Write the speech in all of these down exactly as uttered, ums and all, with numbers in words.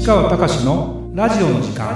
川隆のラジオの時間。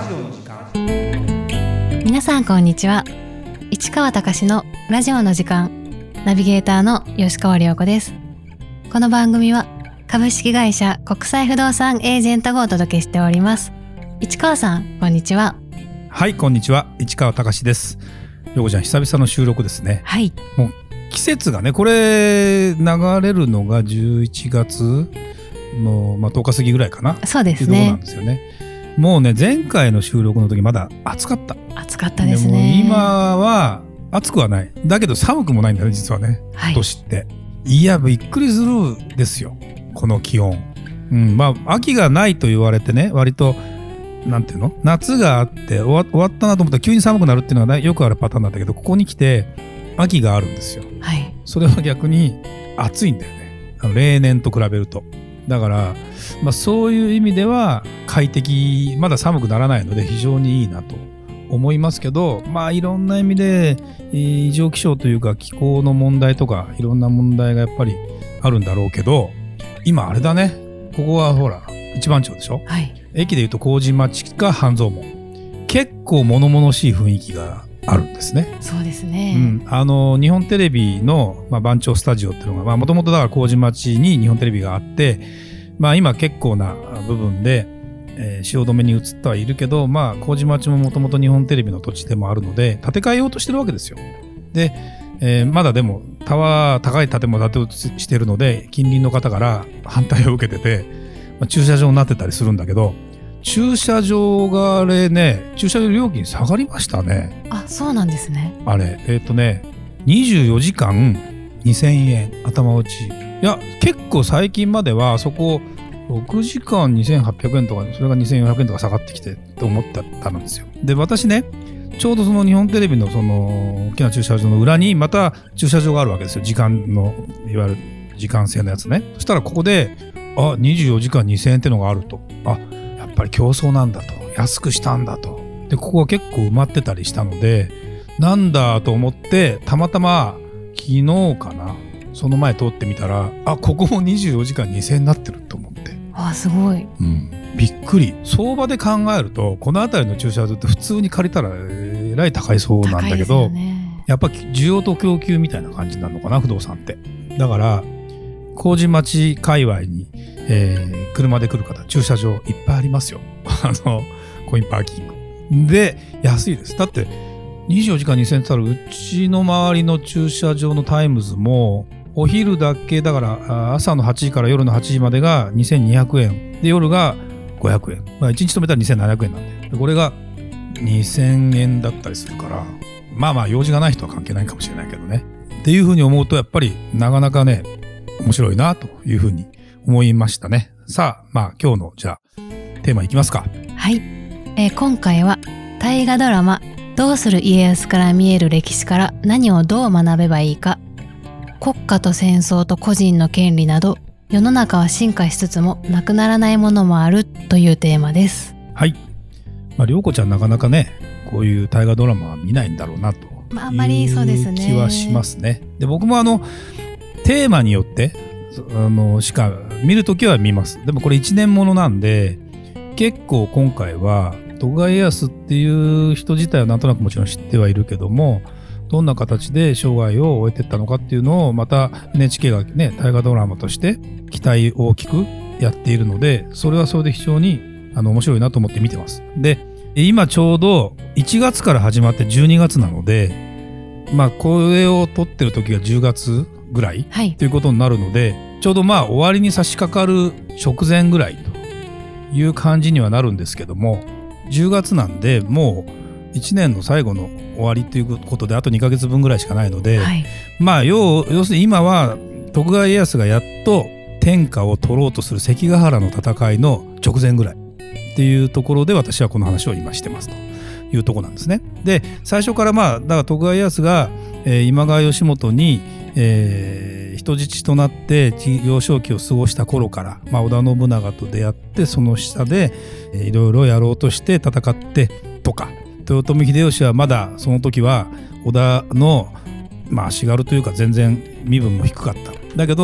皆さんこんにちは。市川隆のラジオの時間、ナビゲーターの吉川亮子です。この番組は株式会社国際不動産エージェントがお届けしております。市川さんこんにちは。 はい、こんにちは。市川隆です。陽子ちゃん、久々の収録ですね。 はい。 もう季節がね、これ流れるのがじゅういちがつの、まあ、とおか過ぎぐらいかな。 そうですね。 っていうところなんですよね。もうね、前回の収録の時まだ暑かった。 暑かったですね。 でも今は暑くはない。だけど寒くもないんだね、実はね。 はい、 今年って。いや、びっくりするですよ。この気温。うん、まあ秋がないと言われてね、割となんていうの、夏があって終 わ, 終わったなと思ったら急に寒くなるっていうのは、ね、よくあるパターンなんだけど、ここに来て秋があるんですよ。 はい。 それは逆に暑いんだよね。あの例年と比べると。だから、まあ、そういう意味では快適、まだ寒くならないので非常にいいなと思いますけど、まあいろんな意味で異常気象というか気候の問題とかいろんな問題がやっぱりあるんだろうけど、今あれだね、ここはほら一番町でしょ。 はい。 駅でいうと麹町か半蔵門、結構物々しい雰囲気があるんですね。 そうですね。 うん、あの日本テレビの、まあ、番町スタジオっていうのがもともとだから麹町に日本テレビがあって、まあ、今結構な部分で、えー、汐留に移ってはいるけど、まあ、麹町ももともと日本テレビの土地でもあるので建て替えようとしてるわけですよ。で、えー、まだでもタワー高い建物を建てようとしてるので近隣の方から反対を受けてて、まあ、駐車場になってたりするんだけど、駐車場があれね、駐車場料金下がりましたね。 あ、そうなんですね。 あれえっ、ー、とねにじゅうよじかんにせんえん頭打ち。いや結構最近まではそころくじかんにせんはっぴゃくえんとか、それがにせんよんひゃくえんとか下がってきてと思ってたんですよ。で私ね、ちょうどその日本テレビのその大きな駐車場の裏にまた駐車場があるわけですよ。時間のいわゆる時間制のやつね。そしたらここであにじゅうよじかんにせんえんってのがあると、あやっぱり競争なんだと、安くしたんだと。でここは結構埋まってたりしたので、なんだと思ってたまたま昨日かな、その前通ってみたら、あここもにじゅうよじかんにせんえんになってると思って、 あすごい、 うん、びっくり。相場で考えるとこの辺りの駐車場って普通に借りたらえらい高いそうなんだけど、ね、やっぱ需要と供給みたいな感じなのかな、不動産って。だから麹町界隈に、えー、車で来る方駐車場いっぱいありますよあのコインパーキングで安いです。だってにじゅうよじかんにせんえんって言ったら、うちの周りの駐車場のタイムズもお昼だけだから朝のはちじから夜のはちじまでがにせんにひゃくえんで、夜がごひゃくえん、まあ、いちにち止めたらにせんななひゃくえんなんで、これがにせんえんだったりするから、まあまあ用事がない人は関係ないかもしれないけどねっていうふうに思うと、やっぱりなかなかね面白いなというふうに思いましたね。さあ、まあ今日のじゃあテーマいきますか。 はい、えー、今回は大河ドラマどうする家康から見える歴史から何をどう学べばいいか、国家と戦争と個人の権利など世の中は進化しつつもなくならないものもあるというテーマです。 はい、まあ、涼子ちゃんなかなかねこういう大河ドラマは見ないんだろうなというまあ、あんまりそうですね気はしますね。で僕もあのテーマによってあのしか見るときは見ます。でもこれいちねんものなんで、結構今回は徳川家康っていう人自体はなんとなくもちろん知ってはいるけども、どんな形で生涯を終えていったのかっていうのをまた エヌエイチケー がね大河ドラマとして期待大きくやっているので、それはそれで非常にあの面白いなと思って見てます。で今ちょうどいちがつから始まってじゅうにがつなので、まあこれを撮ってる時がじゅうがつぐらい、はい、ということになるので、ちょうどまあ終わりに差し掛かる直前ぐらいという感じにはなるんですけども、じゅうがつなんでもういちねんの最後の終わりということであとにかげつぶんぐらいしかないので、はい、まあ 要, 要するに今は徳川家康がやっと天下を取ろうとする関ヶ原の戦いの直前ぐらいっていうところで私はこの話を今してますというところなんですね。で最初からまあだから徳川家康が、えー、今川義元に、えー、人質となって幼少期を過ごした頃から、まあ、織田信長と出会ってその下で、えー、いろいろやろうとして戦ってとか、豊臣秀吉はまだその時は織田の、まあ、足軽というか全然身分も低かった。だけど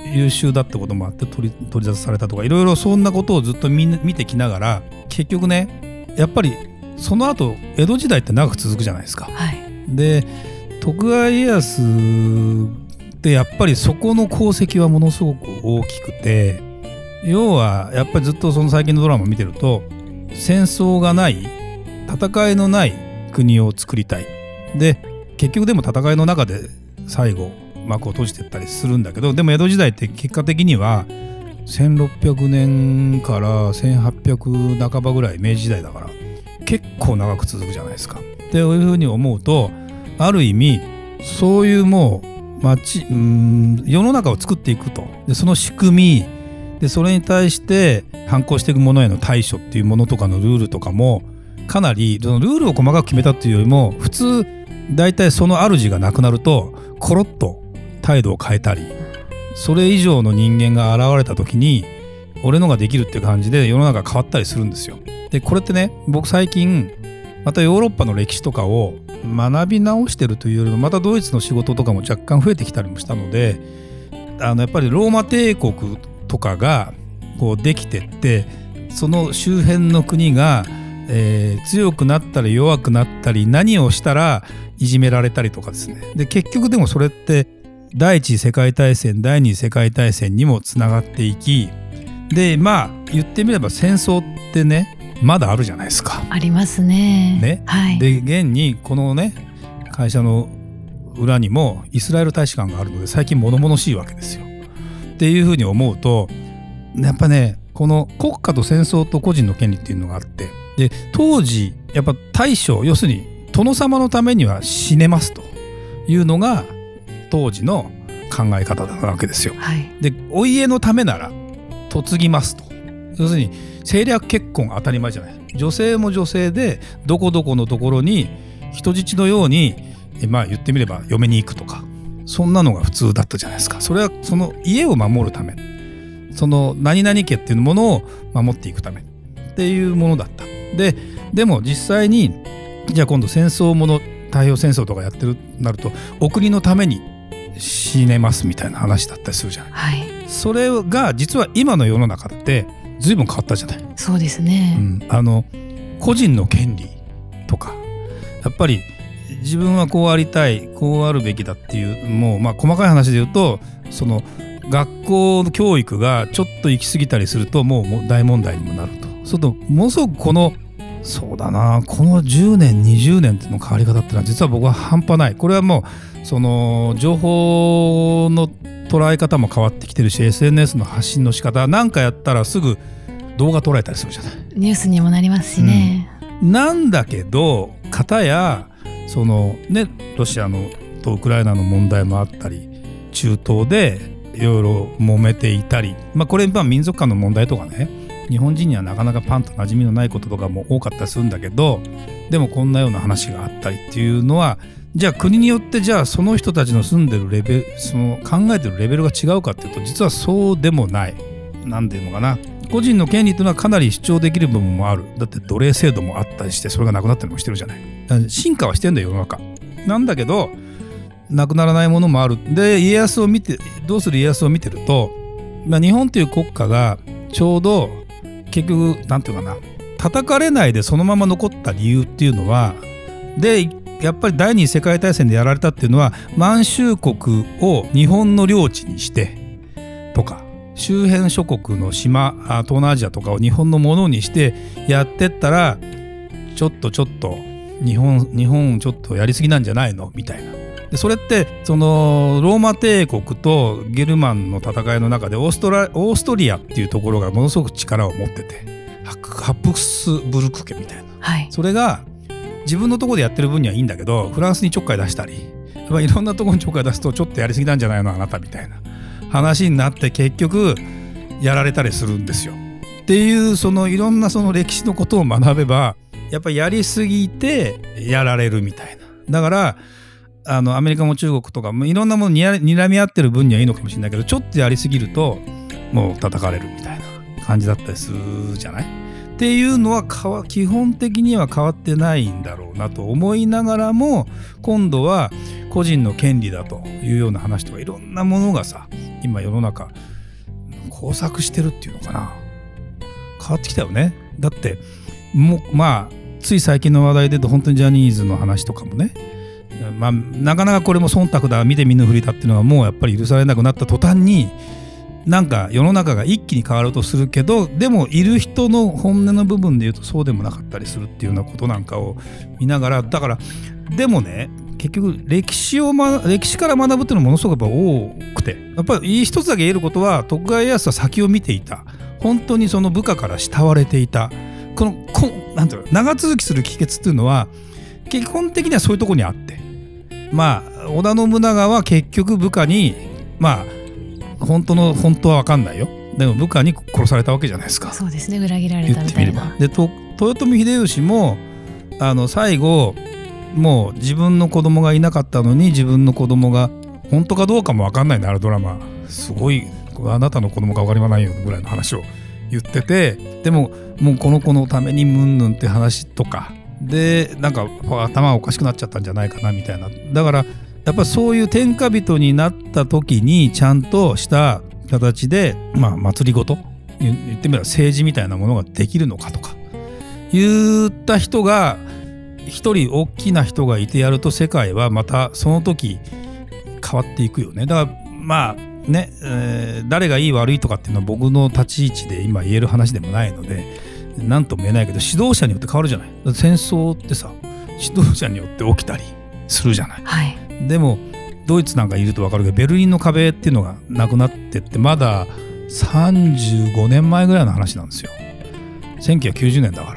優秀だってこともあって取り、取り出されたとか、いろいろそんなことをずっと見、見てきながら、結局ねやっぱりその後江戸時代って長く続くじゃないですか、 はい、 で徳川家康ってやっぱりそこの功績はものすごく大きくて、要はやっぱりずっとその最近のドラマ見てると、戦争がない戦いのない国を作りたい、で結局でも戦いの中で最後幕を閉じていったりするんだけど、でも江戸時代って結果的にはせんろっぴゃくねんからせんはっぴゃくなかばぐらい、明治時代だから結構長く続くじゃないですか。っていうふうに思うと、ある意味そういうもう町、うーん世の中を作っていくと、でその仕組みで、それに対して反抗していくものへの対処っていうものとかのルールとかも、かなりそのルールを細かく決めたっていうよりも、普通だいたいその主がなくなるとコロッと態度を変えたり、それ以上の人間が現れた時に俺のができるっていう感じで世の中が変わったりするんですよ。でこれってね、僕最近またヨーロッパの歴史とかを学び直してるというよりも、またドイツの仕事とかも若干増えてきたりもしたので、あのやっぱりローマ帝国とかがこうできてって、その周辺の国が、えー、強くなったり弱くなったり、何をしたらいじめられたりとかですね。で結局でもそれって第一次世界大戦第二次世界大戦にもつながっていき、でまあ言ってみれば戦争ってねまだあるじゃないですか。 ありますね。 ね、 はい、 で現にこのね会社の裏にもイスラエル大使館があるので、最近物々しいわけですよ。っていうふうに思うと、やっぱねこの国家と戦争と個人の権利っていうのがあって、で当時やっぱ大将、要するに殿様のためには死ねますというのが当時の考え方なわけですよ、 はい、 でお家のためなら嫁ぎますと、要するに政略結婚当たり前じゃない。女性も女性でどこどこのところに人質のように、まあ言ってみれば嫁に行くとか、そんなのが普通だったじゃないですか。それはその家を守るため、その何々家っていうものを守っていくためっていうものだった。ででも実際にじゃあ今度戦争もの、太平洋戦争とかやってるなると、お国のために死ねますみたいな話だったりするじゃない、 はい、 それが実は今の世の中って随分変わったじゃない。 そうですね、 うん、あの個人の権利とか、やっぱり自分はこうありたい、こうあるべきだっていう、もうまあ細かい話で言うと、その学校の教育がちょっと行き過ぎたりするともう大問題にもなると。そうするとものすごくこのそうだなこのじゅうねんにじゅうねんの変わり方ってのは実は僕は半端ない。これはもうその情報の捉え方も変わってきてるし、 エスエヌエス の発信の仕方なんかやったらすぐ動画捉えたりするじゃない。 ニュースにもなりますしね、 うん、なんだけど片やそのねロシアのとウクライナの問題もあったり、中東でいろいろ揉めていたり、まあこれまあ民族間の問題とかね、日本人にはなかなかパンと馴染みのないこととかも多かったりするんだけど、でもこんなような話があったりっていうのは、じゃあ国によってじゃあその人たちの住んでるレベル、その考えてるレベルが違うかっていうと実はそうでもない。なんていうのかな、個人の権利というのはかなり主張できる部分もある。だって奴隷制度もあったりして、それがなくなったりもしてるじゃない。進化はしてんだよ世の中なんだけど、なくならないものもある。で家康を見てどうする家康を見てると、まあ、日本という国家がちょうど結局なんていうかな、叩かれないでそのまま残った理由っていうのは、でやっぱり第二次世界大戦でやられたっていうのは、満州国を日本の領地にしてとか、周辺諸国の島、東南アジアとかを日本のものにしてやってったら、ちょっとちょっと日本日本ちょっとやりすぎなんじゃないのみたいな。でそれってそのローマ帝国とゲルマンの戦いの中でオーストラオーストリアっていうところがものすごく力を持ってて、ハプスブルク家みたいな、はい、それが自分のところでやってる分にはいいんだけど、フランスにちょっかい出したり、やっぱいろんなところにちょっかい出すとちょっとやりすぎなんじゃないのあなたみたいな話になって、結局やられたりするんですよっていう、そのいろんなその歴史のことを学べば、やっぱりやりすぎてやられるみたいな。だからあのアメリカも中国とかもいろんなものに睨み合ってる分にはいいのかもしれないけど、ちょっとやりすぎるともう叩かれるみたいな感じだったりするじゃない。っっていうのはかわ基本的には変わってないんだろうなと思いながらも、今度は個人の権利だというような話とかいろんなものがさ、今世の中交錯してるっていうのかな、変わってきたよね。だってもうまあつい最近の話題で言うと本当にジャニーズの話とかもね、まあ、なかなかこれも忖度だ見て見ぬふりだっていうのはもうやっぱり許されなくなった途端に、なんか世の中が一気に変わろうとするけど、でもいる人の本音の部分で言うとそうでもなかったりするっていうようなことなんかを見ながら、だからでもね、結局歴史を、ま、歴史から学ぶっていうのはものすごくやっぱ多くて、やっぱり一つだけ言えることは、徳川家康は先を見ていた、本当にその部下から慕われていた、このこなんていうの長続きする秘訣っていうのは基本的にはそういうところにあって、まあ織田信長は結局部下にまあ本当の本当は分かんないよ、でも部下に殺されたわけじゃないですか。 そうですね、裏切られたみたいな。 でと豊臣秀吉もあの最後もう自分の子供がいなかったのに、自分の子供が本当かどうかも分かんないな、あるドラマすごい、あなたの子供か分かりまないよぐらいの話を言ってて、でももうこの子のためにムンヌンって話とかで、なんか頭おかしくなっちゃったんじゃないかなみたいな。だからやっぱそういう天下人になった時にちゃんとした形で、まあ祭りごと言ってみれば政治みたいなものができるのかとか言った人が一人大きな人がいてやると、世界はまたその時変わっていくよね。だからまあね、えー、誰がいい悪いとかっていうのは僕の立ち位置で今言える話でもないので何とも言えないけど、指導者によって変わるじゃない。だって戦争ってさ、指導者によって起きたりするじゃない、はい、でもドイツなんかいると分かるけど、ベルリンの壁っていうのがなくなってってまださんじゅうごねんまえぐらいの話なんですよ。せんきゅうひゃくきゅうじゅうねんだから。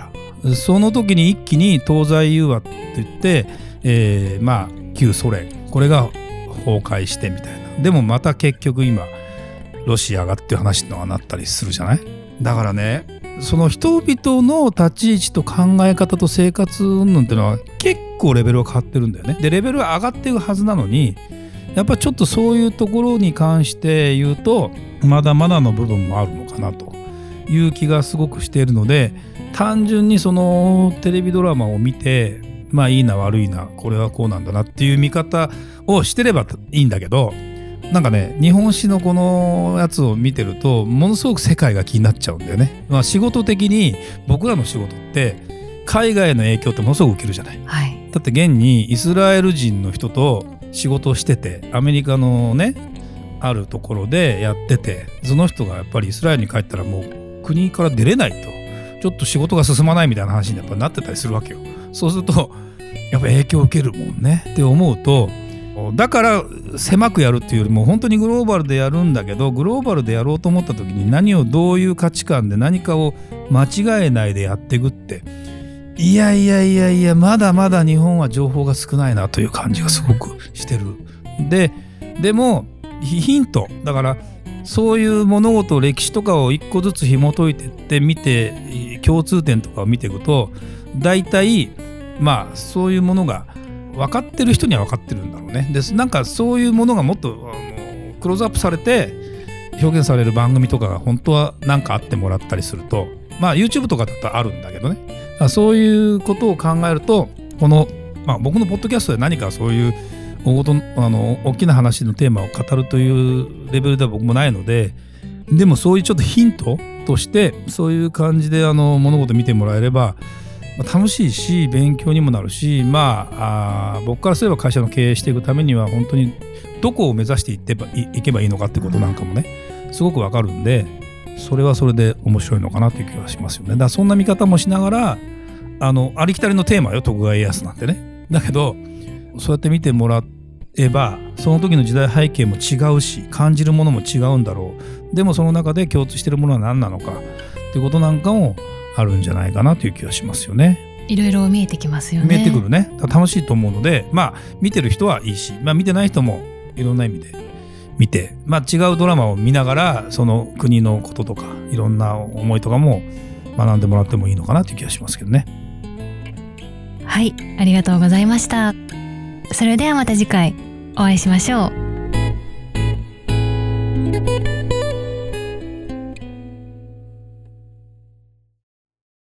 その時に一気に東西融和って言って、えー、まあ旧ソ連これが崩壊してみたいな。でもまた結局今ロシアがっていう話のがなったりするじゃない。だからね、その人々の立ち位置と考え方と生活云々っていうのは結構レベルは変わってるんだよね。でレベルは上がっていくはずなのに、やっぱりちょっとそういうところに関して言うとまだまだの部分もあるのかなという気がすごくしているので、単純にそのテレビドラマを見て、まあいいな悪いなこれはこうなんだなっていう見方をしてればいいんだけど、なんかね、日本史のこのやつを見てるとものすごく世界が気になっちゃうんだよね。まあ、仕事的に僕らの仕事って海外の影響ってものすごく受けるじゃない、はい、だって現にイスラエル人の人と仕事をしてて、アメリカのねあるところでやってて、その人がやっぱりイスラエルに帰ったらもう国から出れないと、ちょっと仕事が進まないみたいな話にやっぱなってたりするわけよ。そうするとやっぱ影響を受けるもんねって思うと、だから狭くやるっていうよりも本当にグローバルでやるんだけど、グローバルでやろうと思った時に何をどういう価値観で何かを間違えないでやっていくって、いやいやいやいやまだまだ日本は情報が少ないなという感じがすごくしてる。ででもヒントだから、そういう物事歴史とかを一個ずつ紐解いてって見て、共通点とかを見ていくと大体まあそういうものが分かってる人には分かってるんだろうね。でなんかそういうものがもっとあのクローズアップされて表現される番組とかが本当は何かあってもらったりすると、まあ YouTube とかだとあるんだけどね、そういうことを考えると、この、まあ、僕のポッドキャストで何かそういう大ごとあの大きな話のテーマを語るというレベルでは僕もないので、でもそういうちょっとヒントとしてそういう感じであの物事見てもらえれば楽しいし勉強にもなるし、まあ、あ僕からすれば会社の経営していくためには本当にどこを目指していってば い, いけばいいのかってことなんかもねすごくわかるんで、それはそれで面白いのかなという気がしますよね。だからそんな見方もしながら、あのありきたりのテーマよ徳川家康なんてね。だけどそうやって見てもらえばその時の時代背景も違うし感じるものも違うんだろう。でもその中で共通しているものは何なのかっていうことなんかもあるんじゃないかなという気がしますよね。 いろいろ見えてきますよね。 見えてくるね。楽しいと思うので、まあ見てる人はいいし、まあ見てない人もいろんな意味で見て、まあ違うドラマを見ながらその国のこととかいろんな思いとかも学んでもらってもいいのかなという気がしますけどね。 はい、ありがとうございました。それではまた次回お会いしましょう。